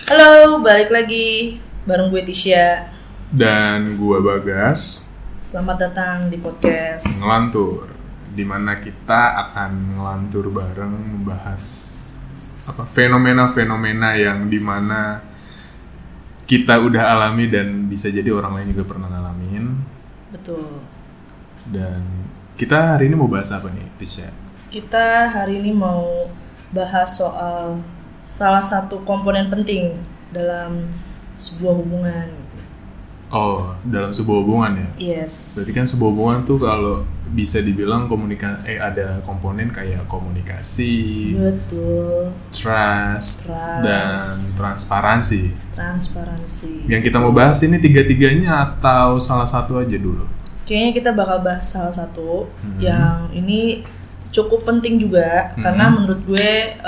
Halo, balik lagi bareng gue Tisha. Dan gua Bagas, Selamat datang di podcast. ngelantur, dimana kita akan ngelantur bareng membahas fenomena-fenomena yang dimana kita udah alami dan bisa jadi orang lain juga pernah ngalamin. Betul. Dan kita hari ini mau bahas apa nih, Tisha? Kita hari ini mau bahas soal salah satu komponen penting dalam sebuah hubungan gitu. Oh, dalam sebuah hubungan ya? Yes. Berarti kan sebuah hubungan tuh kalau bisa dibilang ada komponen kayak komunikasi, Betul. trust, Trust. dan transparansi. Transparansi. Yang kita mau bahas ini tiga-tiganya atau salah satu aja dulu? Kayaknya kita bakal bahas salah satu yang ini cukup penting juga karena menurut gue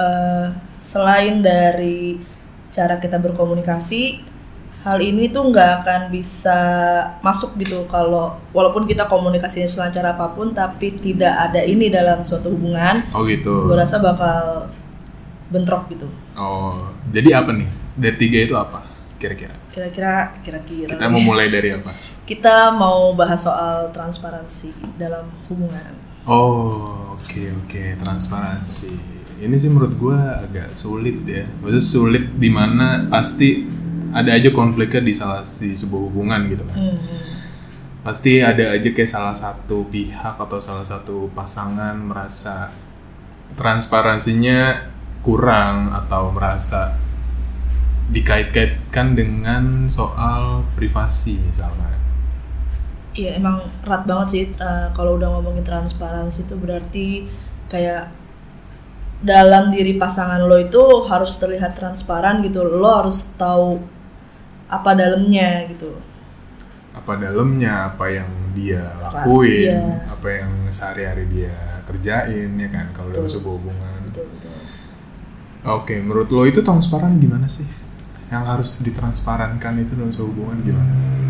selain dari cara kita berkomunikasi, hal ini tuh nggak akan bisa masuk gitu kalau walaupun kita komunikasinya selancar apapun tapi tidak ada ini dalam suatu hubungan, Oh gitu. gue rasa bakal bentrok gitu. Oh, jadi apa nih? Dari tiga itu apa? Kira-kira. Kira-kira Kita mau mulai dari apa? kita mau bahas soal transparansi dalam hubungan. Oh, oke, transparansi. Ini sih menurut gue agak sulit ya. Maksudnya sulit di mana pasti ada aja konfliknya di sebuah hubungan gitu kan. Pasti ada aja kayak salah satu pihak atau salah satu pasangan merasa transparansinya kurang atau merasa dikait-kaitkan dengan soal privasi misalnya. Iya emang erat banget sih kalau udah ngomongin transparansi itu berarti kayak dalam diri pasangan lo itu harus terlihat transparan gitu, lo harus tahu apa dalamnya gitu. Apa dalamnya, apa yang dia lakuin, Iya. apa yang sehari-hari dia kerjain ya kan kalau dalam Betul. sebuah hubungan. Betul. Oke, menurut lo itu transparan gimana sih? Yang harus ditransparankan itu dalam sebuah hubungan gimana?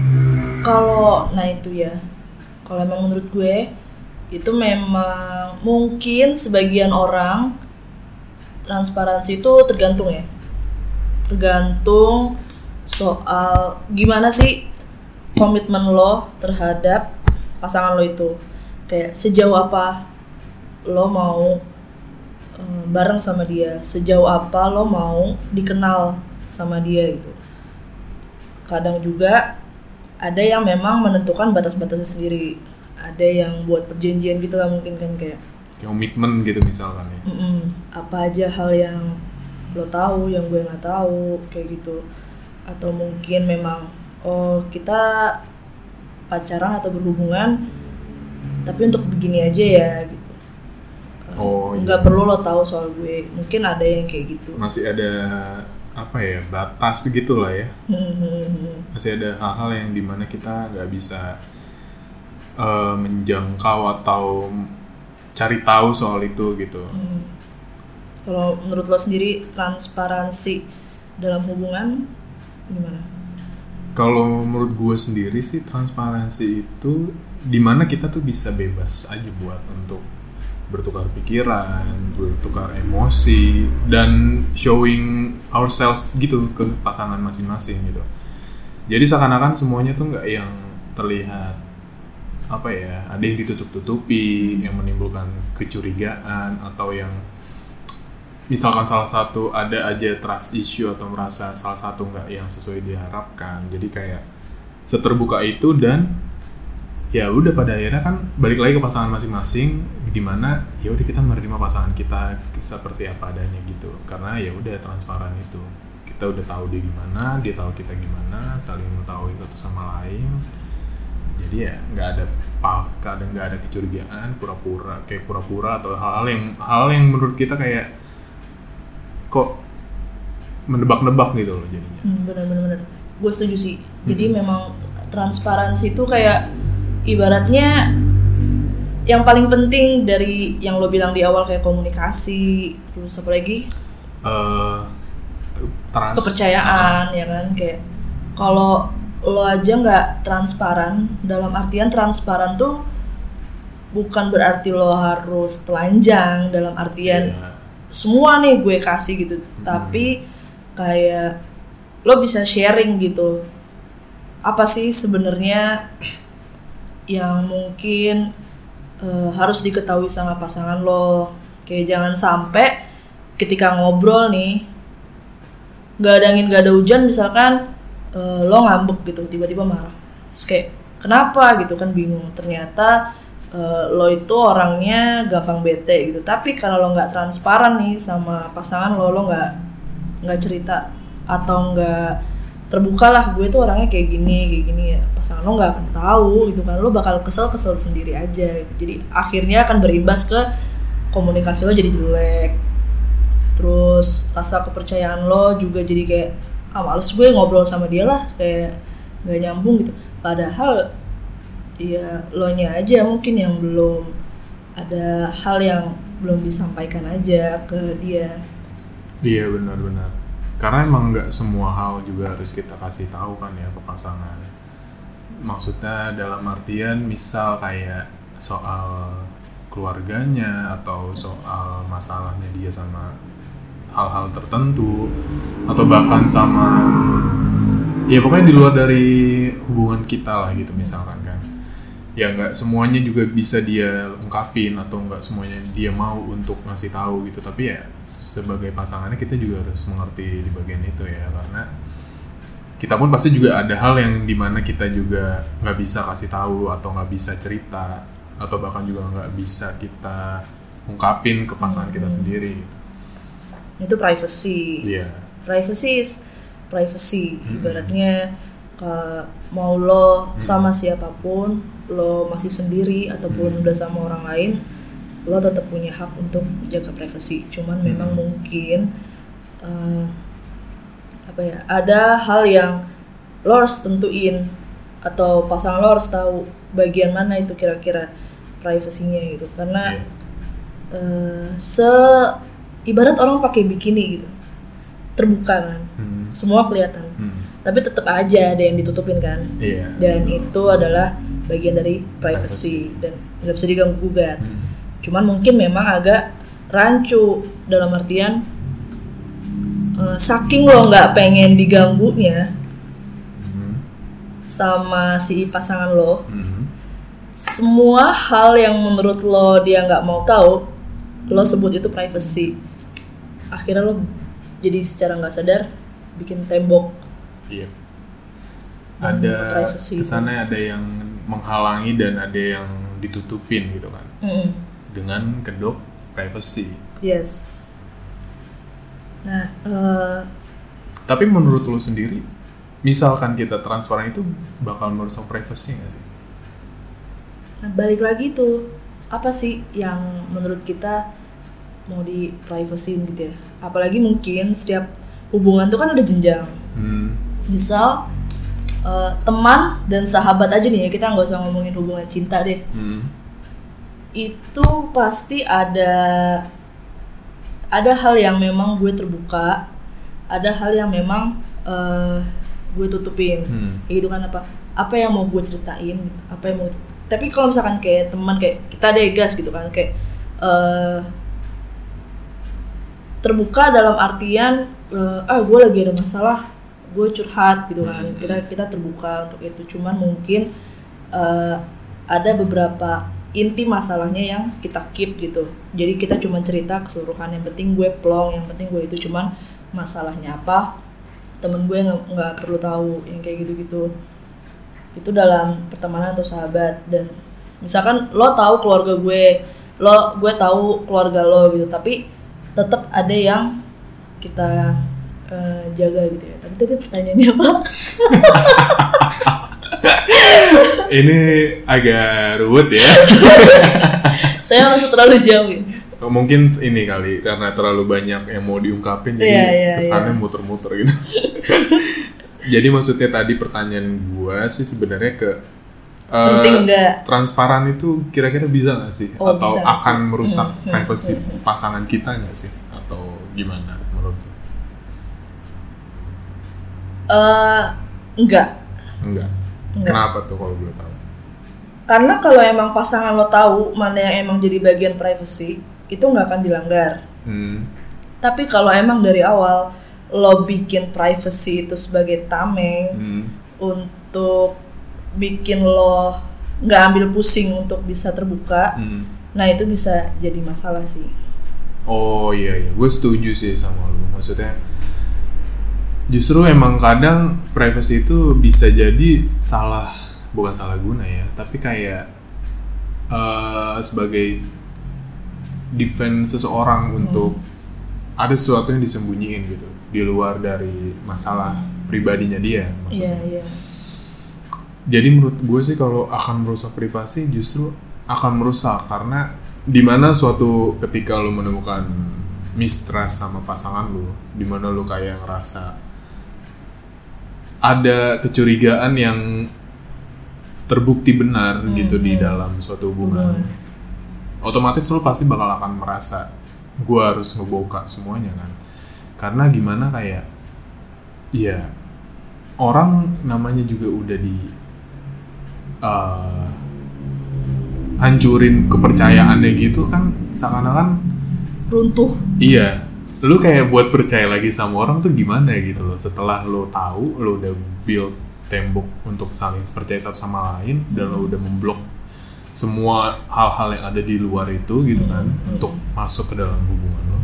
Nah itu ya, kalau emang menurut gue itu memang mungkin sebagian orang transparansi itu tergantung ya, tergantung soal gimana sih komitmen lo terhadap pasangan lo itu, kayak sejauh apa lo mau bareng sama dia, sejauh apa lo mau dikenal sama dia gitu. Kadang juga ada yang memang menentukan batas-batasnya sendiri, ada yang buat perjanjian gitu lah mungkin kan kayak Komitmen gitu misalkan ya. apa aja hal yang lo tahu yang gue nggak tahu kayak gitu, atau mungkin memang kita pacaran atau berhubungan tapi untuk begini aja ya gitu. Nggak perlu lo tahu soal gue, mungkin ada yang kayak gitu. Masih ada batas gitu lah ya. Masih ada hal-hal yang dimana kita nggak bisa menjangkau atau cari tahu soal itu gitu. Kalau menurut lo sendiri transparansi dalam hubungan gimana? Kalau menurut gue sendiri sih transparansi itu dimana kita tuh bisa bebas aja buat untuk bertukar pikiran, bertukar emosi, dan showing ourselves gitu ke pasangan masing-masing gitu. Jadi seakan-akan semuanya tuh nggak yang terlihat ada yang ditutup-tutupi, yang menimbulkan kecurigaan, atau yang misalkan salah satu ada aja trust issue atau merasa salah satu nggak yang sesuai diharapkan. Jadi kayak seterbuka itu dan ya udah pada akhirnya kan balik lagi ke pasangan masing-masing, dimana ya udah kita menerima pasangan kita seperti apa adanya gitu, karena ya udah transparan itu, kita udah tahu dia gimana, dia tahu kita gimana, saling mengetahui satu sama lain. Jadi ya kadang nggak ada kecurigaan, pura-pura atau hal yang menurut kita kayak kok menebak-nebak gitu loh jadinya. Bener, gue setuju sih. Jadi memang transparansi itu kayak ibaratnya yang paling penting dari yang lo bilang di awal kayak komunikasi, terus apa lagi? Kepercayaan ya kan, kayak kalau lo aja nggak transparan, dalam artian transparan tuh bukan berarti lo harus telanjang dalam artian semua nih gue kasih gitu, tapi kayak lo bisa sharing gitu. Apa sih sebenarnya yang mungkin harus diketahui sama pasangan lo. Kayak jangan sampai ketika ngobrol nih, gak ada angin gak ada hujan, misalkan lo ngambek gitu, tiba-tiba marah. Terus kayak kenapa gitu kan, bingung. Ternyata lo itu orangnya gampang bete gitu. Tapi kalau lo nggak transparan nih sama pasangan lo nggak cerita atau nggak terbuka lah, gue tuh orangnya kayak gini ya, pasangan lo nggak akan tahu gitu kan. Lo bakal kesel sendiri aja gitu. Jadi akhirnya akan berimbas ke komunikasi lo jadi jelek. Terus rasa kepercayaan lo juga jadi kayak males gue ngobrol sama dia lah, kayak nggak nyambung gitu. Padahal ya lo nya aja mungkin yang belum ada hal yang belum disampaikan aja ke dia. Iya benar. Karena emang nggak semua hal juga harus kita kasih tahu kan ya ke pasangan. Maksudnya dalam artian misal kayak soal keluarganya atau soal masalahnya dia sama hal-hal tertentu atau bahkan sama ya pokoknya di luar dari hubungan kita lah gitu misalkan kan, ya nggak semuanya juga bisa dia ungkapin atau nggak semuanya dia mau untuk ngasih tahu gitu. Tapi ya sebagai pasangannya kita juga harus mengerti di bagian itu ya, karena kita pun pasti juga ada hal yang dimana kita juga nggak bisa kasih tahu atau nggak bisa cerita atau bahkan juga nggak bisa kita ungkapin ke pasangan kita sendiri gitu. Itu privacy. Iya. Privacy is privacy. Ibaratnya mau lo sama siapapun, lo masih sendiri ataupun udah sama orang lain, lo tetap punya hak untuk jaga privacy. Cuman memang mungkin ada hal yang lo harus tentuin atau pasangan lo harus tahu bagian mana itu kira-kira privasinya gitu. Karena ibarat orang pakai bikini gitu, terbuka kan, semua kelihatan, tapi tetap aja ada yang ditutupin kan, dan itu adalah bagian dari privacy dan nggak bisa diganggu gugat. Cuman mungkin memang agak rancu dalam artian saking lo nggak pengen diganggunya sama si pasangan lo, semua hal yang menurut lo dia nggak mau tahu, lo sebut itu privacy. Akhirnya lo jadi secara nggak sadar bikin tembok. Iya. Ada kesannya ada yang menghalangi dan ada yang ditutupin gitu kan. Dengan kedok privacy. Yes. Nah, tapi menurut lo sendiri, misalkan kita transparan itu bakal merusak privacy nggak sih? Nah, balik lagi tuh, apa sih yang menurut kita mau di privacy gitu ya? Apalagi mungkin setiap hubungan tuh kan ada jenjang. Misal teman dan sahabat aja nih ya, kita nggak usah ngomongin hubungan cinta deh. Itu pasti ada hal yang memang gue terbuka, ada hal yang memang gue tutupin. Gitu kan, apa yang mau gue ceritain, apa yang mau. Tapi kalau misalkan kayak teman, kayak kita deh gas gitu kan, kayak terbuka dalam artian gue lagi ada masalah, gue curhat gitu kan, kita terbuka untuk itu. Cuman mungkin ada beberapa inti masalahnya yang kita keep gitu, jadi kita cuma cerita keseluruhan, yang penting gue plong, yang penting gue itu. Cuman masalahnya apa, temen gue nggak perlu tahu, yang kayak gitu-gitu. Itu dalam pertemanan atau sahabat. Dan misalkan lo tahu keluarga gue tahu keluarga lo gitu, tapi tetap ada yang kita jaga gitu ya. Tapi tadi pertanyaannya apa? Ini agak ruwet ya. Saya langsung terlalu jauh ya. Mungkin ini kali karena terlalu banyak yang mau diungkapin, jadi kesannya muter-muter gitu. Jadi maksudnya tadi pertanyaan gua sih sebenarnya ke penting nggak? Transparan itu kira-kira bisa nggak sih? Atau bisa akan sih. merusak privasi pasangan kita nggak sih? Atau gimana menurut lo? Enggak. Kenapa tuh kalau boleh tahu? Karena kalau emang pasangan lo tahu mana yang emang jadi bagian privacy, itu nggak akan dilanggar. Tapi kalau emang dari awal lo bikin privacy itu sebagai tameng untuk bikin lo nggak ambil pusing untuk bisa terbuka, nah itu bisa jadi masalah sih. Oh iya, gue setuju sih sama lu. Maksudnya justru emang kadang privacy itu bisa jadi bukan salah guna ya, tapi kayak sebagai defense seseorang untuk ada sesuatu yang disembunyiin gitu di luar dari masalah pribadinya dia maksudnya. Iya. Jadi menurut gue sih kalau akan merusak privasi justru akan merusak karena dimana suatu ketika lo menemukan mistrust sama pasangan lo, dimana lo kayak ngerasa ada kecurigaan yang terbukti benar gitu di dalam suatu hubungan, otomatis lo pasti bakal akan merasa gue harus ngebuka semuanya kan, karena gimana kayak ya orang namanya juga udah di hancurin kepercayaannya gitu kan, seakan-akan runtuh. Iya, lu kayak buat percaya lagi sama orang tuh gimana gitu loh, setelah lo tahu lo udah build tembok untuk saling percaya satu sama lain dan lo udah memblok semua hal-hal yang ada di luar itu gitu kan untuk masuk ke dalam hubungan lo.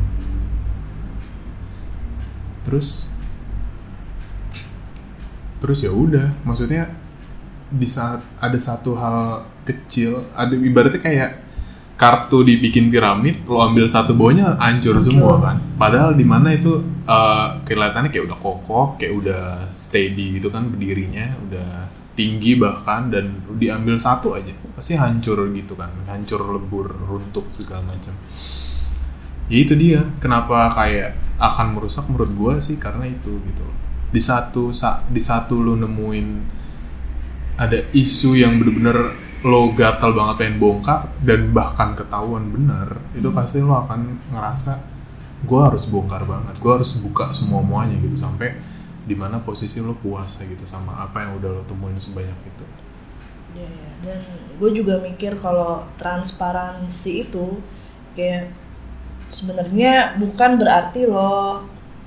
Terus ya udah, maksudnya di saat ada satu hal kecil, ada ibaratnya kayak kartu dibikin piramid, lo ambil satu bawahnya hancur semua kan. Padahal di mana itu kelihatannya kayak udah kokoh, kayak udah steady gitu kan berdirinya, udah tinggi bahkan, dan diambil satu aja pasti hancur gitu kan, hancur, lebur, runtuh segala macam. Ya itu dia kenapa kayak akan merusak menurut gua sih, karena itu gitu. Di satu lo nemuin ada isu yang bener-bener lo gatal banget pengen bongkar dan bahkan ketahuan bener, itu pasti lo akan ngerasa gue harus bongkar banget, gue harus buka semua-muanya gitu sampai dimana posisi lo puas gitu sama apa yang udah lo temuin sebanyak itu. Ya, dan gue juga mikir kalau transparansi itu kayak sebenarnya bukan berarti lo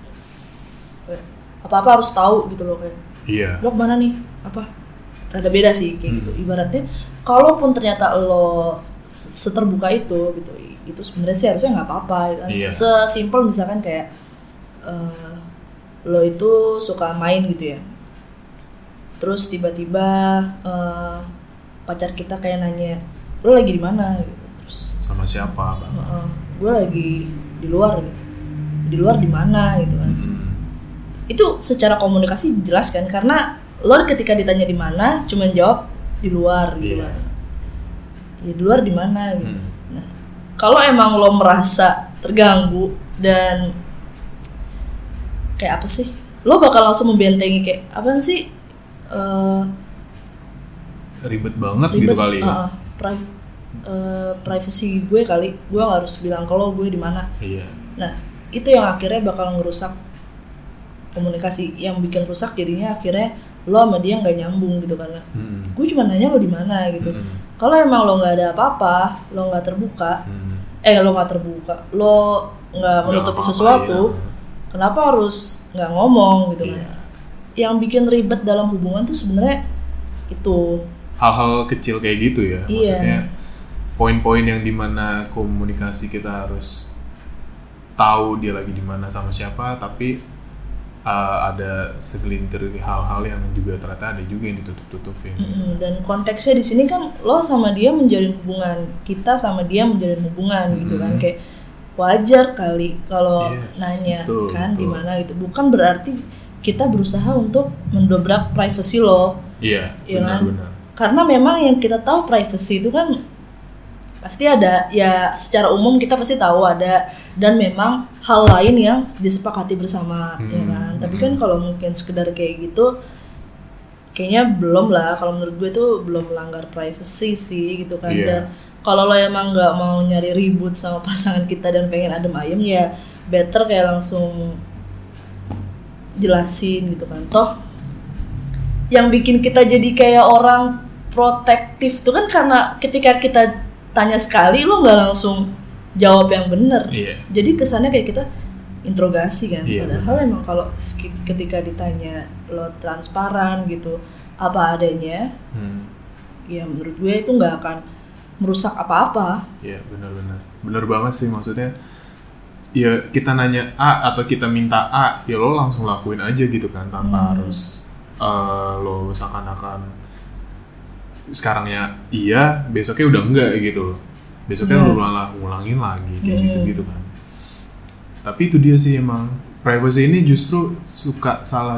apa-apa harus tahu gitu loh, kayak lo kemana nih apa. Rada beda sih kayak gitu. Ibaratnya kalaupun ternyata lo seterbuka itu gitu, itu sebenarnya sih harusnya nggak apa-apa. Sesimpel misalkan kayak lo itu suka main gitu ya, terus tiba-tiba pacar kita kayak nanya lo lagi di mana gitu, terus sama siapa bang? Gue lagi di luar gitu. Di luar di mana gitu kan. Itu secara komunikasi jelas kan, karena lo ketika ditanya di mana cuma jawab di luar gitu kan. Ya di luar di mana gitu. Nah, kalau emang lo merasa terganggu dan kayak apa sih? Lo bakal langsung membentengi kayak apaan sih? Ribet banget gitu kali ya. Privacy gue kali, gue nggak harus bilang kalau gue di mana. Nah, itu yang akhirnya bakal ngerusak komunikasi, yang bikin rusak jadinya akhirnya lo sama dia nggak nyambung gitu kan. Gue cuma nanya lo di mana gitu. Kalau emang lo nggak ada apa-apa, lo nggak terbuka, lo nggak menutupi sesuatu, kenapa harus nggak ngomong gitu kan? Yang bikin ribet dalam hubungan tuh sebenarnya itu hal-hal kecil kayak gitu ya. Maksudnya poin-poin yang dimana komunikasi kita harus tahu dia lagi di mana sama siapa, tapi ada segelintir hal-hal yang juga ternyata ada juga yang ditutup-tutupin. Dan konteksnya di sini kan lo sama dia menjalin hubungan, kita sama dia menjalin hubungan gitu kan, kayak wajar kali kalau nanya kan di mana gitu. Bukan berarti kita berusaha untuk mendobrak privacy lo. Iya, benar-benar. Karena memang yang kita tahu privacy itu kan pasti ada, ya secara umum kita pasti tahu ada, dan memang hal lain yang disepakati bersama ya kan. Tapi kan kalau mungkin sekedar kayak gitu kayaknya belum lah, kalau menurut gue tuh belum melanggar privacy sih gitu kan. Dan kalau lo emang nggak mau nyari ribut sama pasangan kita dan pengen adem ayem, ya better kayak langsung jelasin gitu kan. Toh yang bikin kita jadi kayak orang protektif tuh kan karena ketika kita tanya sekali lo nggak langsung jawab yang benar. Jadi kesannya kayak kita interogasi kan. Iya, Padahal benar. emang kalau ketika ditanya lo transparan gitu apa adanya, ya menurut gue itu nggak akan merusak apa-apa. Iya, benar-benar. Benar banget sih, maksudnya ya kita nanya A atau kita minta A, ya lo langsung lakuin aja gitu kan, tanpa harus lo seakan-akan sekarangnya iya, besoknya udah enggak gitu loh. Besoknya lo malah ngulangin lagi kayak gitu-gitu kan. Tapi itu dia sih, emang privacy ini justru suka salah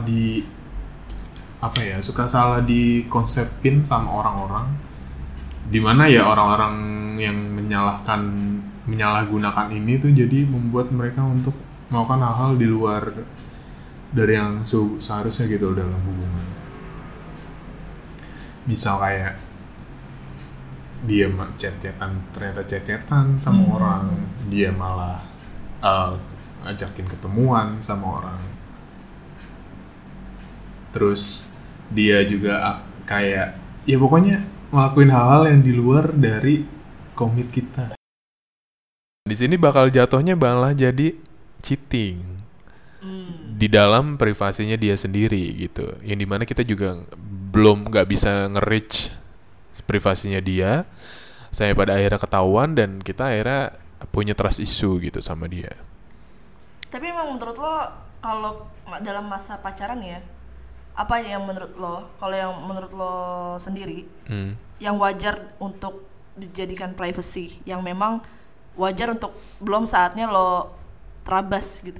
dikonsepin sama orang-orang, dimana ya orang-orang yang menyalahgunakan ini tuh jadi membuat mereka untuk melakukan hal-hal di luar dari yang seharusnya gitu dalam hubungan. Misal kayak dia ternyata chat-chatan sama orang, dia malah ajakin ketemuan sama orang, terus dia juga kayak ya pokoknya ngelakuin hal-hal yang di luar dari komit kita. Di sini bakal jatuhnya malah jadi cheating di dalam privasinya dia sendiri gitu, yang dimana kita juga nggak bisa nge-reach privasinya dia, sampai pada akhirnya ketahuan dan kita akhirnya punya trust issue gitu sama dia. Tapi emang menurut lo kalau dalam masa pacaran ya, apa yang menurut lo, kalau yang menurut lo sendiri yang wajar untuk dijadikan privacy, yang memang wajar untuk belum saatnya lo terabas gitu?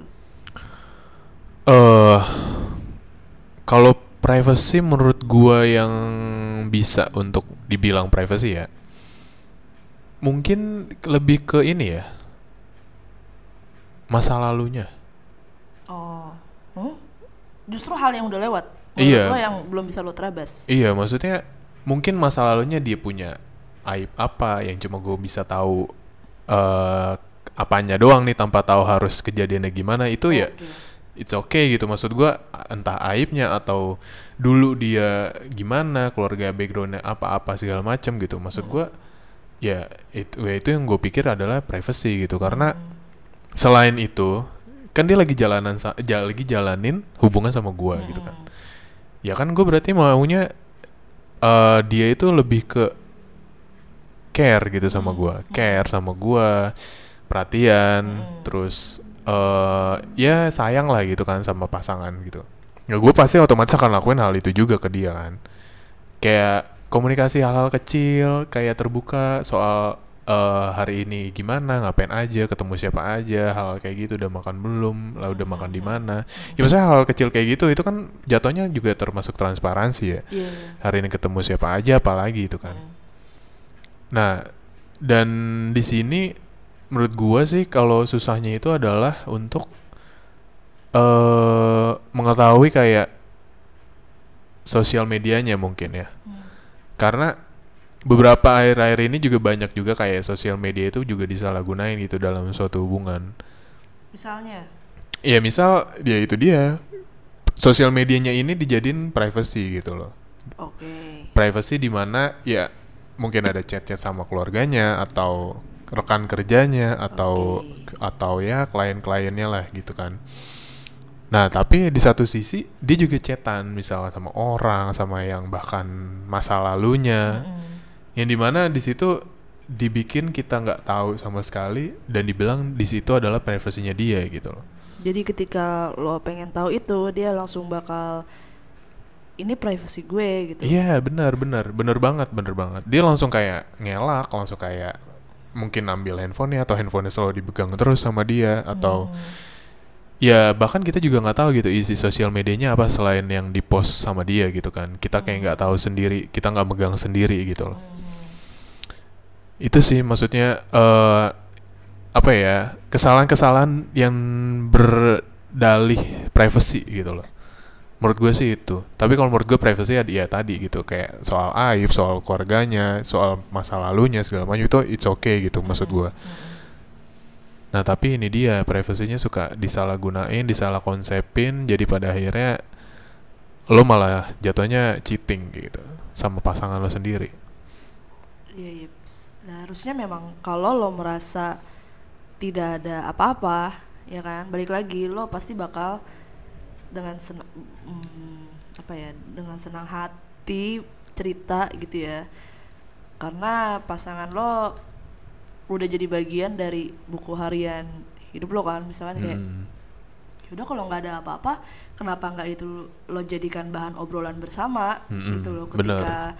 Kalau privacy menurut gua yang bisa untuk dibilang privacy ya, mungkin lebih ke ini ya, masa lalunya. Justru hal yang udah lewat menurut Iya. lo yang belum bisa lo terabas? Iya, maksudnya mungkin masa lalunya dia punya aib apa yang cuma gue bisa tahu apanya doang nih, tanpa tahu harus kejadiannya gimana. Itu ya it's okay gitu, maksud gue, entah aibnya atau dulu dia gimana, keluarga backgroundnya apa-apa segala macam gitu. Maksud gue ya itu yang gue pikir adalah privacy gitu, karena selain itu kan dia lagi jalanin hubungan sama gue gitu kan. Ya kan gue berarti maunya dia itu lebih ke care gitu sama gue, perhatian, terus ya sayang lah gitu kan sama pasangan gitu. Ya gue pasti otomatis akan lakuin hal itu juga ke dia kan. Kayak komunikasi hal-hal kecil, kayak terbuka soal hari ini gimana, ngapain aja, ketemu siapa aja, hal kayak gitu, udah makan belum, lah udah makan di mana. Ya maksudnya hal kecil kayak gitu itu kan jatuhnya juga termasuk transparansi ya. Hari ini ketemu siapa aja apalagi itu kan. Nah, dan di sini menurut gua sih kalau susahnya itu adalah untuk mengetahui kayak sosial medianya mungkin ya. Karena beberapa akhir-akhir ini juga banyak juga kayak sosial media itu juga disalahgunain gitu dalam suatu hubungan. Misalnya? Ya misal dia sosial medianya ini dijadiin privacy gitu loh. Privacy di mana ya mungkin ada chat-chat sama keluarganya atau rekan kerjanya atau ya klien-kliennya lah gitu kan. Nah tapi di satu sisi dia juga chatan misalnya sama orang, sama yang bahkan masa lalunya, yang dimana di situ dibikin kita nggak tahu sama sekali dan dibilang di situ adalah privasinya dia gitu loh. Jadi ketika lo pengen tahu itu, dia langsung bakal ini privasi gue gitu. Iya benar banget. Dia langsung kayak ngelak, langsung kayak mungkin ambil handphonenya atau handphonenya selalu dipegang terus sama dia, atau ya bahkan kita juga nggak tahu gitu isi sosial medianya apa selain yang dipost sama dia gitu kan. Kita kayak nggak tahu sendiri, kita nggak megang sendiri gitu loh. Itu sih maksudnya apa ya, kesalahan-kesalahan yang berdalih privacy gitu loh. Menurut gue sih itu. Tapi kalau menurut gue privacy ya tadi gitu, kayak soal aib, soal keluarganya, soal masa lalunya segala macam itu it's okay gitu maksud gue. Nah tapi ini dia, privasinya suka disalahgunain, disalah konsepin, jadi pada akhirnya lo malah jatuhnya cheating gitu sama pasangan lo sendiri. Iya. Nah harusnya memang kalau lo merasa tidak ada apa-apa ya kan, balik lagi lo pasti bakal dengan dengan senang hati cerita gitu ya, karena pasangan lo udah jadi bagian dari buku harian hidup lo kan. Misalkan kayak yaudah kalau nggak ada apa-apa, kenapa nggak itu lo jadikan bahan obrolan bersama gitu lo, ketika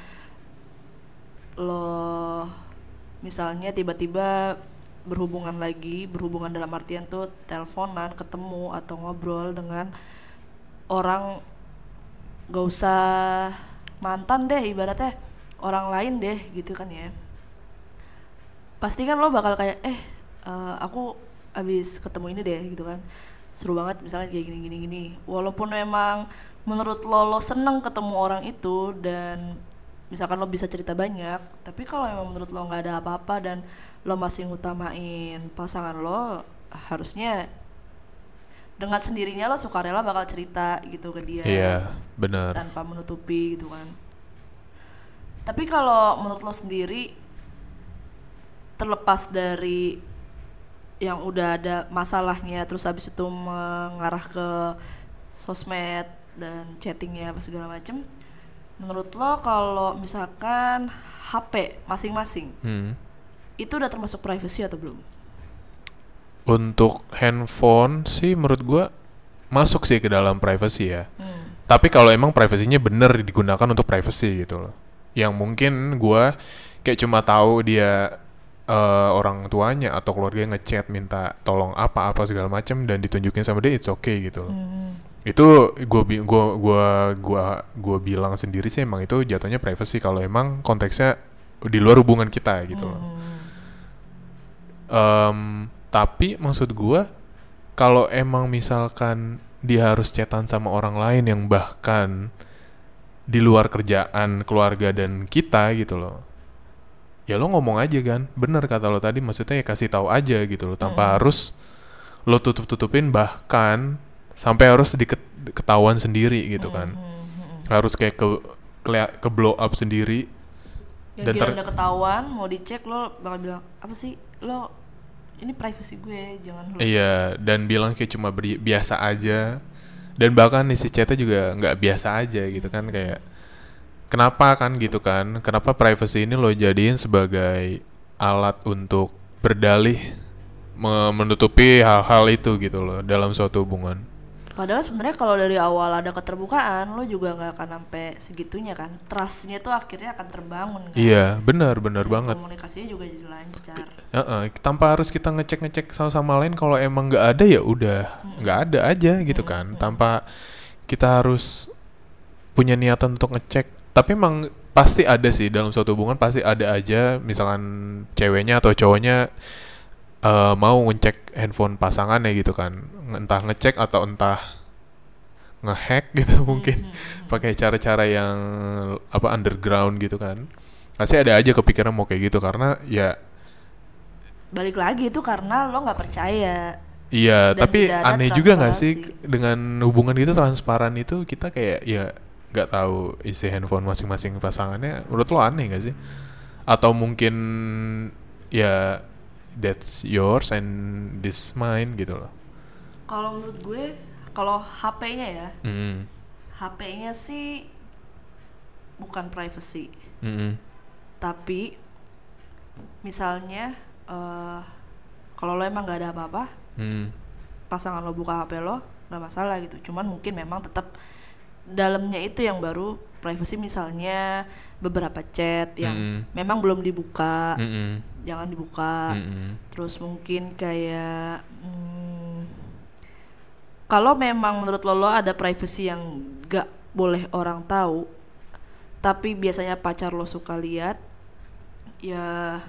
lo misalnya tiba-tiba berhubungan dalam artian tuh teleponan, ketemu atau ngobrol dengan orang, gak usah mantan deh, ibaratnya orang lain deh gitu kan ya, pasti kan lo bakal kayak aku abis ketemu ini deh gitu kan, seru banget misalnya kayak gini. Walaupun memang menurut lo seneng ketemu orang itu dan misalkan lo bisa cerita banyak, tapi kalau memang menurut lo nggak ada apa-apa dan lo masih ngutamain pasangan lo, harusnya dengan sendirinya lo sukarela bakal cerita gitu ke dia. Iya, benar. Tanpa menutupi gitu kan. Tapi kalau menurut lo sendiri, terlepas dari yang udah ada masalahnya terus habis itu mengarah ke sosmed dan chattingnya apa segala macem, menurut lo kalau misalkan HP masing-masing itu udah termasuk privacy atau belum? Untuk handphone sih menurut gue masuk sih ke dalam privacy ya. Tapi kalau emang privasinya bener digunakan untuk privacy gitu loh. Yang mungkin gue kayak cuma tahu dia orang tuanya atau keluarga ngechat minta tolong apa segala macam dan ditunjukin sama dia, it's okay gitu loh. Itu gue bilang sendiri sih emang itu jatuhnya privacy kalau emang konteksnya di luar hubungan kita gitu loh. Tapi maksud gue kalau emang misalkan dia harus chatan sama orang lain yang bahkan di luar kerjaan, keluarga dan kita gitu loh, ya lo ngomong aja kan, bener kata lo tadi, maksudnya ya kasih tahu aja gitu loh, tanpa harus lo tutup-tutupin, bahkan sampai harus ketahuan sendiri gitu kan. Harus kayak ke blow up sendiri. Dan udah ketahuan mau dicek, lo bakal bilang apa sih, lo ini privacy gue, jangan lo. Iya, dan bilang kayak cuma biasa aja, dan bahkan isi chatnya juga nggak biasa aja gitu kan, kayak kenapa kan gitu kan, kenapa privacy ini lo jadiin sebagai alat untuk berdalih menutupi hal-hal itu gitu loh dalam suatu hubungan. Padahal sebenarnya kalau dari awal ada keterbukaan, lo juga nggak akan sampai segitunya kan, trustnya tuh akhirnya akan terbangun kan. Iya, benar banget. Komunikasinya juga jadi lancar. Tanpa harus kita ngecek sama lain, kalau emang nggak ada ya udah nggak ada aja gitu kan, tanpa kita harus punya niatan untuk ngecek. Tapi emang pasti ada sih dalam suatu hubungan, pasti ada aja misalkan ceweknya atau cowoknya mau ngecek handphone pasangannya gitu kan, entah ngecek atau entah ngehack gitu mungkin pakai cara-cara yang underground gitu kan. Pasti ada aja kepikiran mau kayak gitu, karena ya balik lagi itu karena lo nggak percaya. Iya, tapi aneh juga nggak sih dengan hubungan gitu transparan itu, kita kayak ya nggak tahu isi handphone masing-masing pasangannya. Menurut lo aneh nggak sih? Atau mungkin ya that's yours and this mine gitu loh. Kalau menurut gue, kalau HP-nya ya, HP-nya sih bukan privacy. Tapi misalnya kalau lo emang gak ada apa-apa, pasangan lo buka HP lo, gak masalah gitu. Cuman mungkin memang tetap dalamnya itu yang baru privacy, misalnya beberapa chat yang memang belum dibuka, jangan dibuka. Terus mungkin kayak kalau memang menurut lo ada privacy yang gak boleh orang tahu, tapi biasanya pacar lo suka lihat, ya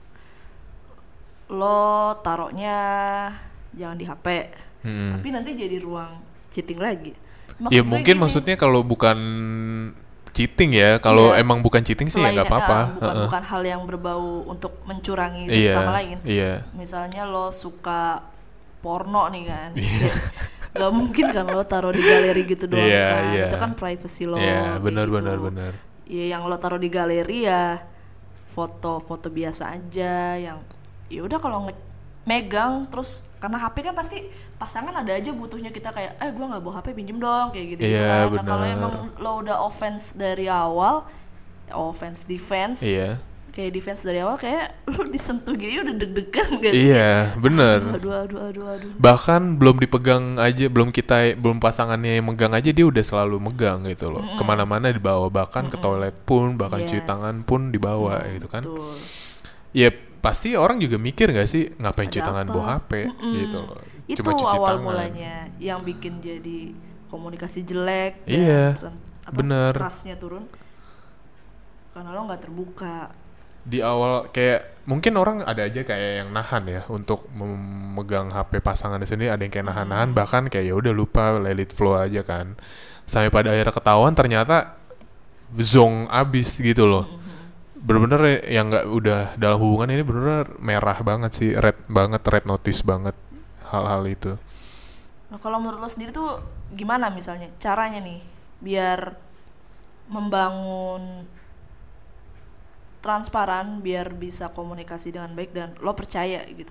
lo taruhnya jangan di HP, tapi nanti jadi ruang cheating lagi. Ya mungkin maksudnya kalau bukan cheating ya, kalau emang bukan cheating sih ya nggak apa-apa. Bukan hal yang berbau untuk mencurangi sama lain. Misalnya lo suka porno nih kan, gak mungkin kan lo taruh di galeri gitu doang kan. Itu kan privacy lo. Benar. Ya yang lo taruh di galeri ya foto-foto biasa aja, yang ya udah kalau megang terus, karena HP kan pasti pasangan ada aja butuhnya kita kayak gue nggak bawa HP, pinjem dong, kayak gitu Iya, kan. Nah kalau benar. emang lo udah offense dari awal, offense defense, Iya. kayak defense dari awal, kayak lo disentuh gini udah deg-degan gak sih? Iya, bener. Aduh. Bahkan belum dipegang aja, belum pasangannya yang megang aja dia udah selalu megang gitu loh. Kemana-mana dibawa, bahkan ke toilet pun, bahkan cuci Yes. tangan pun dibawa gitu kan. Betul. Ya pasti orang juga mikir gak sih ngapain cuci Ada tangan apa? bawa HP gitu loh. Itu Cuma cuci awal tangan. mulanya yang bikin jadi komunikasi jelek dan Iya, apa, bener. trustnya turun karena lo nggak terbuka. Di awal kayak mungkin orang ada aja kayak yang nahan ya untuk memegang HP pasangannya sendiri, ada yang kayak nahan-nahan, bahkan kayak ya udah lupa, let it flow aja kan. Sampai pada akhirnya ketahuan ternyata zong abis gitu loh. Bener-bener yang nggak udah dalam hubungan ini bener-bener merah banget sih, red notice banget hal-hal itu. Nah kalau menurut lo sendiri tuh gimana misalnya caranya nih biar membangun transparan, biar bisa komunikasi dengan baik dan lo percaya gitu,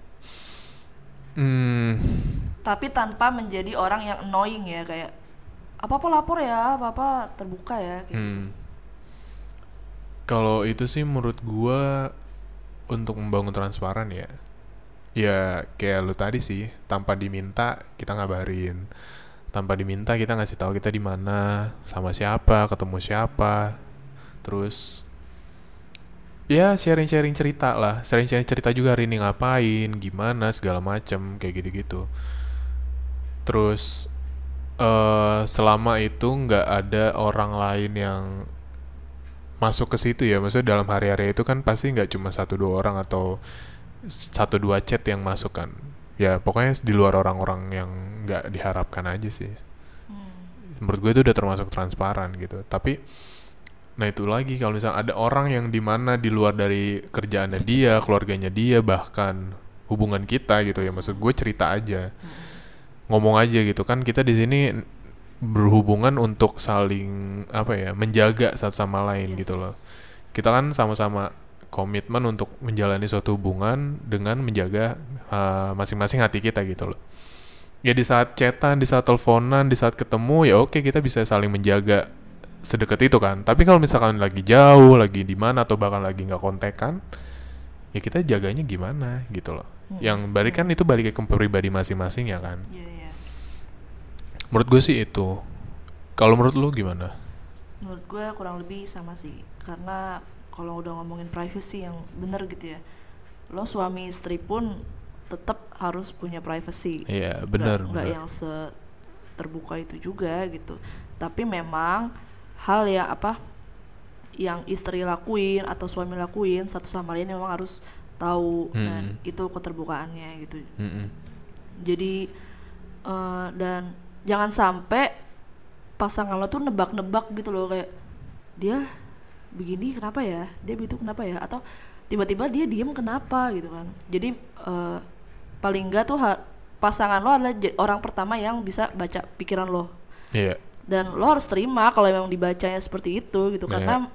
tapi tanpa menjadi orang yang annoying ya, kayak apa-apa lapor ya, apa-apa terbuka ya, kayak gitu. Kalau itu sih menurut gua untuk membangun transparan ya kayak lu tadi sih, tanpa diminta kita ngabarin, tanpa diminta kita ngasih tahu kita di mana, sama siapa, ketemu siapa, terus ya sharing-sharing cerita lah, sharing-sharing cerita juga hari ini ngapain, gimana, segala macem kayak gitu-gitu. Terus selama itu nggak ada orang lain yang masuk ke situ ya, maksudnya dalam hari-hari itu kan pasti nggak cuma 1-2 orang atau 1-2 chat yang masuk kan, ya pokoknya di luar orang-orang yang nggak diharapkan aja sih. Menurut gue itu udah termasuk transparan gitu. Tapi nah itu lagi, kalau misalnya ada orang yang dimana di luar dari kerjaannya dia, keluarganya dia, bahkan hubungan kita gitu ya, maksud gue cerita aja, ngomong aja gitu kan, kita di sini berhubungan untuk saling apa ya, menjaga satu sama lain gitu loh. Kita kan sama-sama komitmen untuk menjalani suatu hubungan dengan menjaga masing-masing hati kita gitu loh. Ya di saat chatan, di saat teleponan, di saat ketemu ya oke, kita bisa saling menjaga sedekat itu kan. Tapi kalau misalkan lagi jauh, lagi di mana, atau bahkan lagi nggak kontekan, ya kita jaganya gimana gitu loh. Yang balik kan itu balik ke pribadi masing-masing ya kan. Iya. Menurut gue sih itu. Kalau menurut lu gimana? Menurut gue kurang lebih sama sih, karena kalau udah ngomongin privacy yang bener gitu ya, lo suami istri pun tetap harus punya privacy. Iya benar. Nggak yang terbuka itu juga gitu. Tapi memang hal yang yang istri lakuin atau suami lakuin satu sama lain memang harus tahu, dan itu keterbukaannya gitu. Jadi dan jangan sampai pasangan lo tuh nebak-nebak gitu loh, kayak dia begini kenapa ya, dia begitu kenapa ya, atau tiba-tiba dia diem kenapa gitu kan. Jadi paling enggak tuh pasangan lo adalah orang pertama yang bisa baca pikiran lo. Iya. Dan lo harus terima kalau memang dibacanya seperti itu gitu, karena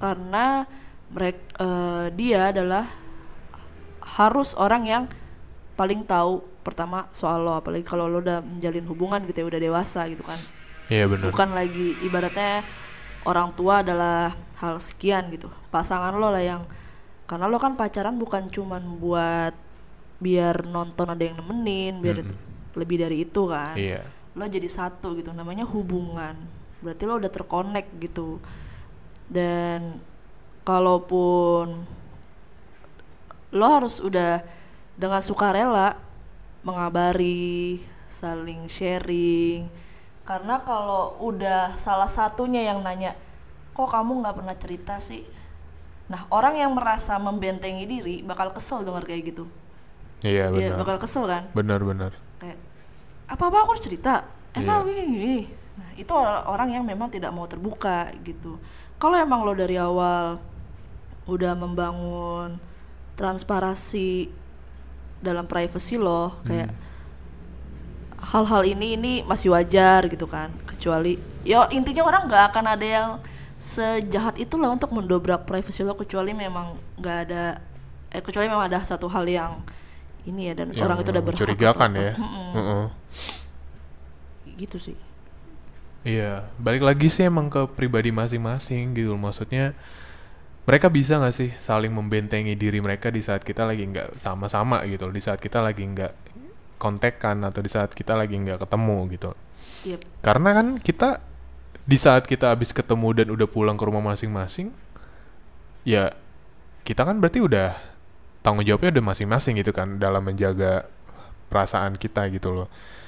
dia adalah harus orang yang paling tahu pertama soal lo, apalagi kalau lo udah menjalin hubungan gitu ya, udah dewasa gitu kan. Iya benar. Bukan lagi ibaratnya orang tua adalah hal sekian gitu, pasangan lo lah yang, karena lo kan pacaran bukan cuman buat biar nonton ada yang nemenin, biar lebih dari itu kan. Iya. Lo jadi satu gitu, namanya hubungan, berarti lo udah terkonek gitu. Dan kalaupun lo harus udah dengan sukarela mengabari, saling sharing, karena kalau udah salah satunya yang nanya, kok kamu nggak pernah cerita sih, nah orang yang merasa membentengi diri bakal kesel dengar kayak gitu. Iya benar. Ya, bakal kesel kan. Benar. Kayak apa-apa aku harus cerita, emang gini. Nah itu orang yang memang tidak mau terbuka gitu. Kalau emang lo dari awal udah membangun transparansi dalam privacy lo, kayak hal-hal ini masih wajar gitu kan, kecuali ya intinya orang nggak akan ada yang sejahat itulah untuk mendobrak privacy lo, kecuali memang nggak ada kecuali memang ada satu hal yang ini ya, dan yang orang itu udah berhak mencurigakan atau ya. apa. Heeh. Gitu sih. Iya, balik lagi sih emang ke pribadi masing-masing gitu loh. Maksudnya mereka bisa nggak sih saling membentengi diri mereka di saat kita lagi nggak sama-sama gitu loh, di saat kita lagi nggak kontekan atau di saat kita lagi nggak ketemu gitu. Yep. Karena kan kita di saat kita habis ketemu dan udah pulang ke rumah masing-masing, ya kita kan berarti udah tanggung jawabnya udah masing-masing gitu kan dalam menjaga perasaan kita gitu loh.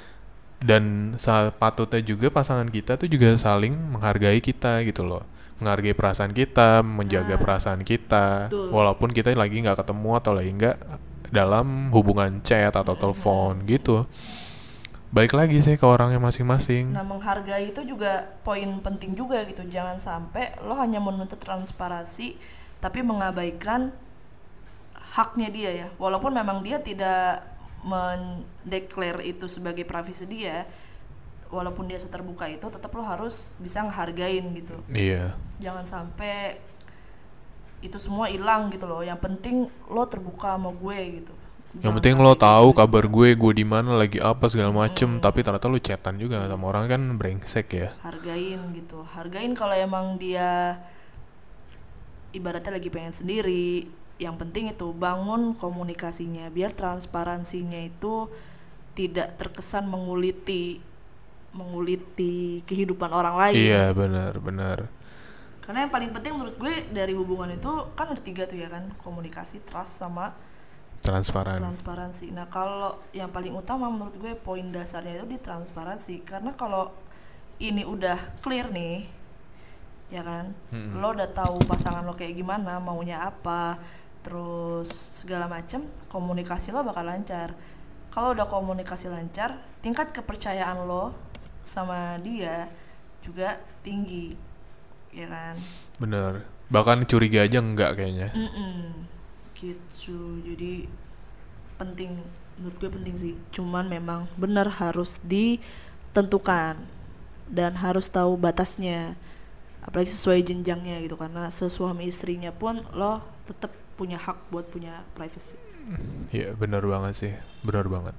Dan patutnya juga pasangan kita tuh juga saling menghargai kita gitu loh, menghargai perasaan kita, menjaga perasaan kita, betul. walaupun kita lagi nggak ketemu atau lagi nggak dalam hubungan chat atau telepon gitu. Balik lagi sih ke orangnya masing-masing. Nah, menghargai itu juga poin penting juga gitu. Jangan sampai lo hanya menuntut transparansi tapi mengabaikan haknya dia ya. Walaupun memang dia tidak mendeklar itu sebagai privasi dia, walaupun dia seterbuka itu, tetap lo harus bisa ngehargain gitu. Iya. Jangan sampai itu semua hilang gitu loh. Yang penting lo terbuka sama gue gitu. Yang penting lo tahu kabar gue di mana lagi apa segala macem, tapi ternyata lo chatan juga sama orang kan brengsek ya. Hargain gitu. Hargain kalau emang dia ibaratnya lagi pengen sendiri. Yang penting itu bangun komunikasinya biar transparansinya itu tidak terkesan menguliti kehidupan orang lain. Iya, benar. Karena yang paling penting menurut gue dari hubungan itu kan ada 3 tuh ya kan, komunikasi, trust, sama transparansi. Nah, kalau yang paling utama menurut gue poin dasarnya itu di transparansi. Karena kalau ini udah clear nih, ya kan, lo udah tahu pasangan lo kayak gimana, maunya apa, terus segala macam, komunikasi lo bakal lancar. Kalau udah komunikasi lancar, tingkat kepercayaan lo sama dia juga tinggi, ya kan. Bener. Bahkan curiga aja enggak kayaknya. Gitu. Jadi penting, menurut gue penting sih. Cuman memang benar harus ditentukan dan harus tahu batasnya. Apalagi sesuai jenjangnya gitu, karena sesuami istrinya pun lo tetap punya hak buat punya privacy. Iya, benar banget sih. Benar banget.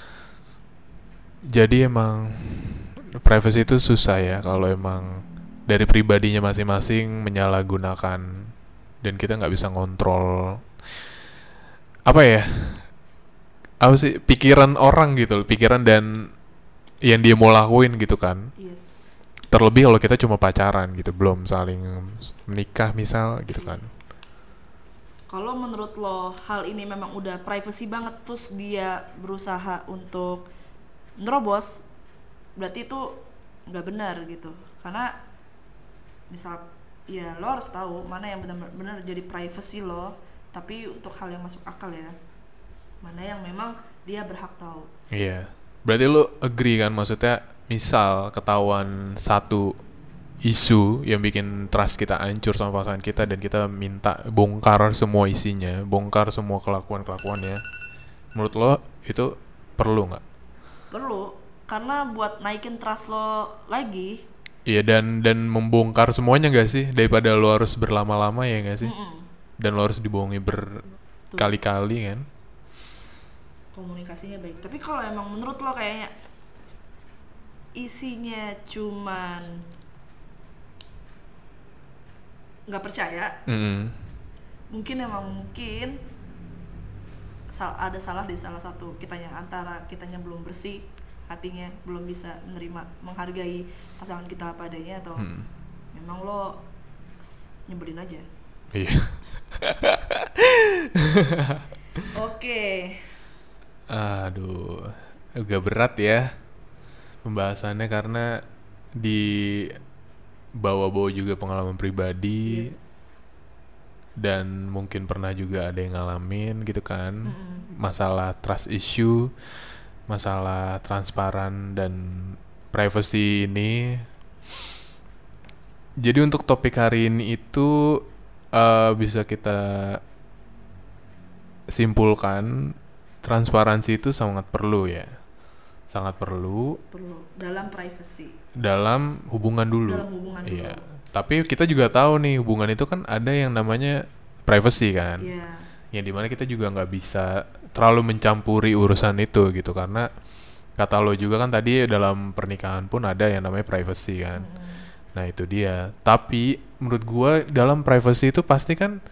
Jadi emang privacy itu susah ya kalau emang dari pribadinya masing-masing menyalahgunakan dan kita nggak bisa ngontrol apa sih pikiran orang gitu loh, pikiran dan yang dia mau lakuin gitu kan. Yes. Terlebih kalau kita cuma pacaran gitu, belum saling menikah misal gitu kan. Kalau menurut lo hal ini memang udah privacy banget, terus dia berusaha untuk nerobos, berarti itu nggak benar gitu. Karena misal ya lo harus tahu mana yang benar-benar jadi privacy lo, tapi untuk hal yang masuk akal ya, mana yang memang dia berhak tahu. Iya. Berarti lo agree kan, maksudnya misal ketahuan satu isu yang bikin trust kita hancur sama pasangan kita dan kita minta bongkar semua isinya, bongkar semua kelakuan-kelakuannya, menurut lo itu perlu nggak? Perlu, karena buat naikin trust lo lagi. Iya, dan membongkar semuanya nggak sih, daripada lo harus berlama-lama ya nggak sih? Dan lo harus dibohongi berkali-kali kan? Komunikasinya baik. Tapi kalau emang menurut lo kayaknya isinya cuman nggak percaya, mungkin ada salah di salah satu kitanya, antara kitanya belum bersih hatinya, belum bisa menerima, menghargai pasangan kita apa adanya, atau memang lo nyebelin aja. Iya. Oke. Aduh, agak berat ya pembahasannya karena di bawa-bawa juga pengalaman pribadi. Yes. Dan mungkin pernah juga ada yang ngalamin gitu kan. Masalah trust issue, masalah transparan dan privacy ini. Jadi untuk topik hari ini itu bisa kita simpulkan, transparansi itu sangat perlu ya. Sangat perlu Dalam privacy. Dalam hubungan dulu. Iya. Tapi kita juga tahu nih, hubungan itu kan ada yang namanya privacy kan. Iya. Yang dimana kita juga nggak bisa terlalu mencampuri urusan itu gitu, karena kata lo juga kan tadi dalam pernikahan pun ada yang namanya privacy kan. Nah itu dia. Tapi menurut gue dalam privacy itu pasti kan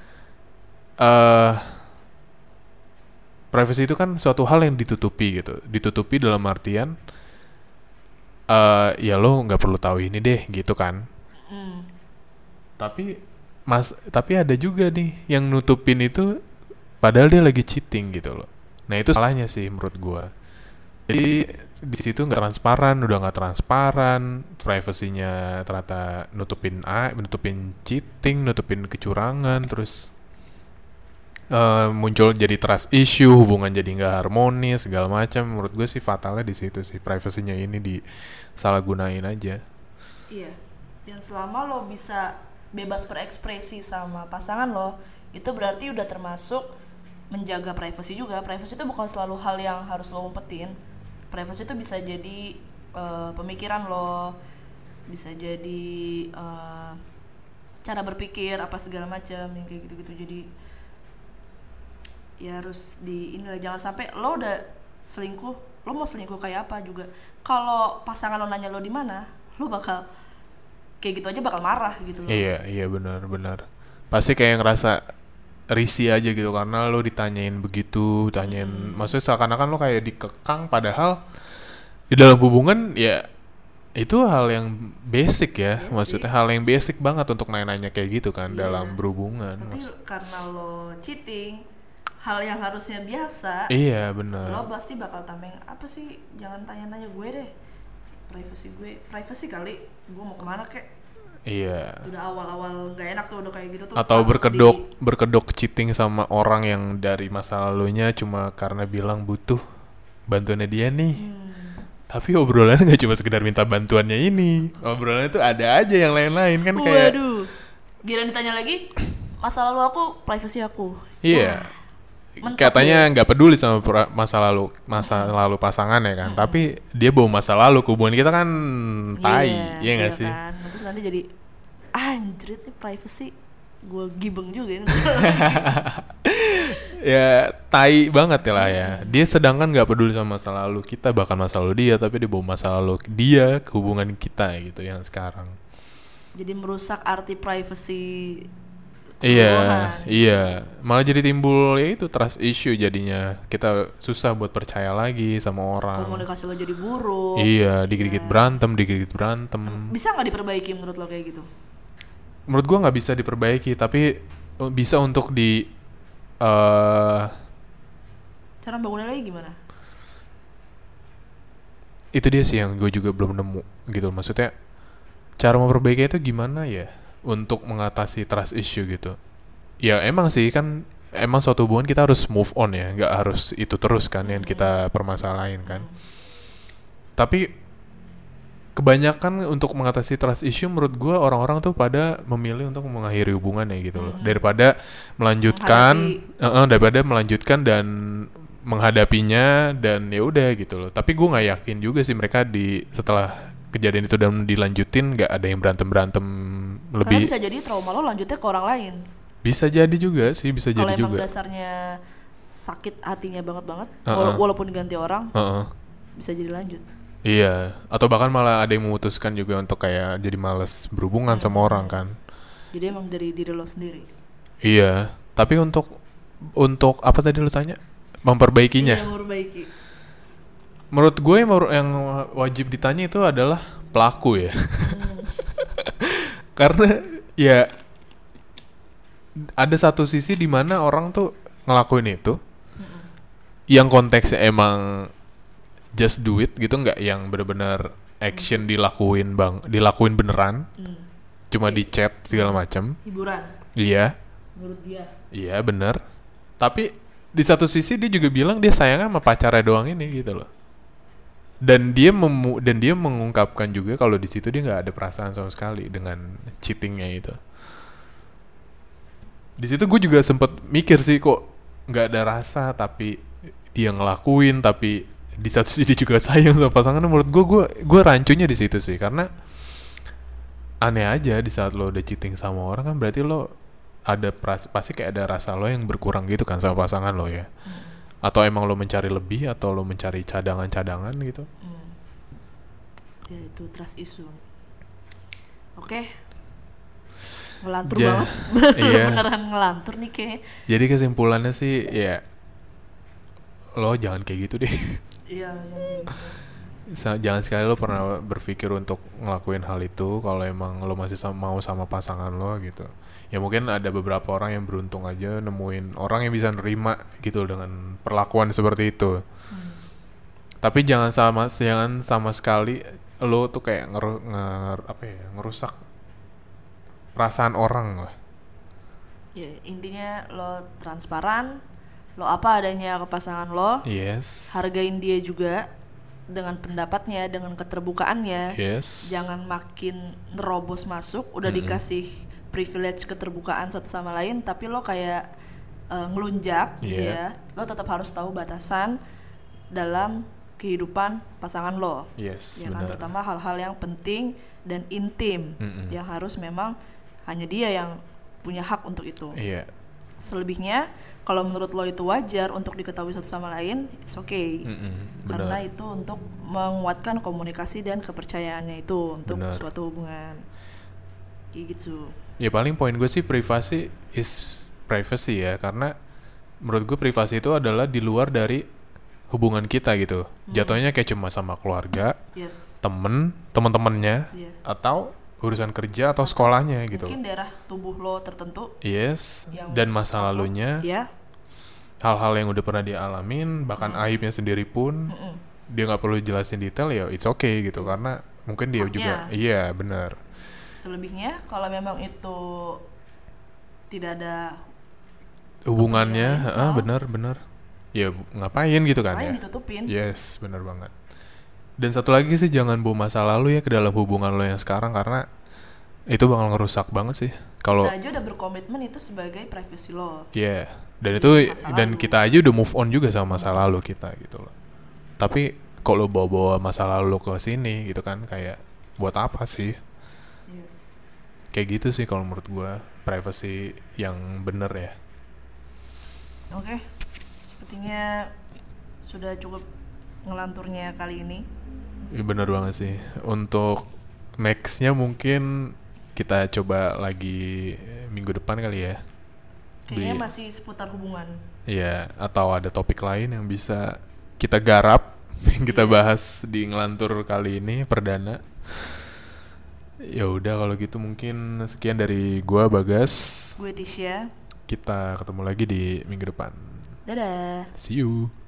privacy itu kan suatu hal yang ditutupi gitu. Ditutupi dalam artian ya lo nggak perlu tahu ini deh gitu kan. Tapi ada juga nih yang nutupin itu padahal dia lagi cheating gitu loh. Nah itu salahnya sih menurut gue. Jadi di situ nggak transparan, udah nggak transparan, privasinya ternyata nutupin cheating, nutupin kecurangan, terus muncul jadi trust issue, hubungan jadi nggak harmonis segala macam. Menurut gue sih fatalnya di situ sih, privasinya ini disalahgunain aja. Iya. Dan selama lo bisa bebas berekspresi sama pasangan lo, itu berarti udah termasuk menjaga privasi juga. Privasi itu bukan selalu hal yang harus lo umpetin. Privasi itu bisa jadi pemikiran lo, bisa jadi cara berpikir apa segala macam yang kayak gitu-gitu. Jadi ya harus inilah, jangan sampai lo udah selingkuh, lo mau selingkuh kayak apa juga. Kalau pasangan lo nanya lo di mana, lo bakal kayak gitu aja bakal marah gitu loh. Iya benar. Pasti kayak ngerasa risih aja gitu karena lo ditanyain begitu, maksudnya seakan-akan lo kayak dikekang, padahal di dalam hubungan ya itu hal yang basic ya. Maksudnya hal yang basic banget untuk nanya-nanya kayak gitu kan dalam berhubungan. Tapi karena lo cheating, hal yang harusnya biasa, iya benar, lo pasti bakal tameng apa sih, jangan tanya-tanya gue deh, privacy kali, gue mau kemana kek. Iya. Udah awal-awal nggak enak tuh udah kayak gitu tuh. Atau berkedok cheating sama orang yang dari masa lalunya cuma karena bilang butuh bantuannya dia nih. Tapi obrolannya nggak cuma sekedar minta bantuannya ini, obrolannya tuh ada aja yang lain-lain kan. Kayak waduh, giliran ditanya lagi masa lalu aku, privasi aku. Iya. Katanya nggak peduli sama masa lalu pasangan ya kan, tapi dia bawa masa lalu, hubungan kita kan tai, iya nggak sih? Kan? Terus nanti jadi anjrit nih privacy, gue gibeng juga ini. Ya tai banget ya lah ya. Dia sedangkan nggak peduli sama masa lalu kita, bahkan masa lalu dia, tapi dia bawa masa lalu dia ke hubungan kita gitu yang sekarang. Jadi merusak arti privacy. Iya, malah jadi timbul ya itu trust issue, jadinya kita susah buat percaya lagi sama orang. Komunikasi lo jadi buruk. Iya, dikit-dikit berantem. Bisa nggak diperbaiki menurut lo kayak gitu? Menurut gua nggak bisa diperbaiki, tapi bisa untuk cara bangunnya lagi gimana? Itu dia sih yang gue juga belum nemu gitu. Maksudnya cara memperbaiki itu gimana ya untuk mengatasi trust issue gitu. Ya emang sih kan, emang suatu hubungan kita harus move on ya, nggak harus itu terus kan yang kita permasalahin kan. Tapi kebanyakan untuk mengatasi trust issue menurut gue orang-orang tuh pada memilih untuk mengakhiri hubungannya gitu loh, daripada melanjutkan dan menghadapinya dan ya udah gitu loh. Tapi gue nggak yakin juga sih mereka setelah kejadian itu dan dilanjutin nggak ada yang berantem lebih. Karena bisa jadi trauma lo lanjutnya ke orang lain. Bisa jadi juga sih, bisa jadi juga. Kalau emang dasarnya sakit hatinya banget, walaupun ganti orang, bisa jadi lanjut. Iya, atau bahkan malah ada yang memutuskan juga untuk kayak jadi malas berhubungan sama orang kan. Jadi emang dari diri lo sendiri. Iya, tapi untuk apa tadi lo tanya? Memperbaikinya. Iya, memperbaiki. Menurut gue yang wajib ditanya itu adalah pelaku ya. Karena ya ada satu sisi di mana orang tuh ngelakuin itu yang konteksnya emang just do it gitu, nggak yang benar-benar action dilakuin beneran, cuma di chat segala macam. Hiburan. Iya. Menurut dia. Iya benar. Tapi di satu sisi dia juga bilang dia sayang sama pacarnya doang ini gitu loh. Dan dia mengungkapkan juga kalau di situ dia nggak ada perasaan sama sekali dengan cheatingnya itu. Di situ gue juga sempet mikir sih, kok nggak ada rasa tapi dia ngelakuin, tapi di satu sisi dia juga sayang sama pasangan. Menurut gue rancunya di situ sih, karena aneh aja di saat lo udah cheating sama orang kan berarti lo ada pasti kayak ada rasa lo yang berkurang gitu kan sama pasangan lo ya. Atau emang lo mencari lebih atau lo mencari cadangan-cadangan gitu. Ya itu trust issue. Oke. Ngelantur Ja- banget. iya. Beneran ngelantur nih kayak. Jadi kesimpulannya sih ya lo jangan kayak gitu deh. Iya, yang kayak gitu. Jangan sekali lo pernah berpikir untuk ngelakuin hal itu kalau emang lo masih mau sama pasangan lo gitu. Ya mungkin ada beberapa orang yang beruntung aja nemuin orang yang bisa nerima gitu dengan perlakuan seperti itu. Tapi jangan sama sekali lo tuh kayak ngerusak perasaan orang lah. Ya, intinya lo transparan, lo apa adanya ke pasangan lo, Yes. hargain dia juga dengan pendapatnya, dengan keterbukaannya. Yes. Jangan makin nerobos masuk, udah dikasih privilege keterbukaan satu sama lain, tapi lo kayak ngelunjak gitu ya. Lo tetap harus tahu batasan dalam kehidupan pasangan lo. Yes, Ya kan, benar. terutama hal-hal yang penting dan intim yang harus memang hanya dia yang punya hak untuk itu. Iya. Selebihnya kalau menurut lo itu wajar untuk diketahui satu sama lain, it's okay. Karena itu untuk menguatkan komunikasi dan kepercayaannya itu untuk Benar. suatu hubungan. Kayak gitu. Ya paling poin gue sih privacy is privacy ya, karena menurut gue privasi itu adalah di luar dari hubungan kita gitu. Jatuhnya kayak cuma sama keluarga, Yes. teman-temannya, Iya. atau urusan kerja atau sekolahnya gitu. Mungkin daerah tubuh lo tertentu. Yes. Yang Dan masa lalunya, Ya. hal-hal yang udah pernah dia alamin, bahkan aibnya sendiri pun dia nggak perlu jelasin detail, ya it's okay gitu, karena mungkin dia Haknya. juga iya benar. Selebihnya kalau memang itu tidak ada Hubungannya kepentingan, benar ya ngapain gitu kan lain ya. ditutupin. Yes, benar banget. Dan satu lagi sih, jangan bawa masa lalu ya ke dalam hubungan lo yang sekarang, karena itu bakal ngerusak banget sih kalau Kita aja udah berkomitmen itu sebagai privacy lo. dan itu Masa dan lalu. kita aja udah move on juga sama masa lalu kita gitu loh. Tapi kalau bawa-bawa masa lalu lo ke sini gitu kan, kayak buat apa sih? Yes. Kayak gitu sih kalau menurut gua, privacy yang bener ya. Oke. Sepertinya sudah cukup ngelanturnya kali ini. Ya, bener banget sih. Untuk nextnya mungkin kita coba lagi minggu depan kali ya. Kayaknya masih seputar hubungan. Iya, atau ada topik lain yang bisa kita garap, kita bahas di ngelantur kali ini perdana. Ya udah kalau gitu mungkin sekian dari gua Bagas. Gue Tisha. Kita ketemu lagi di minggu depan. Dadah. See you.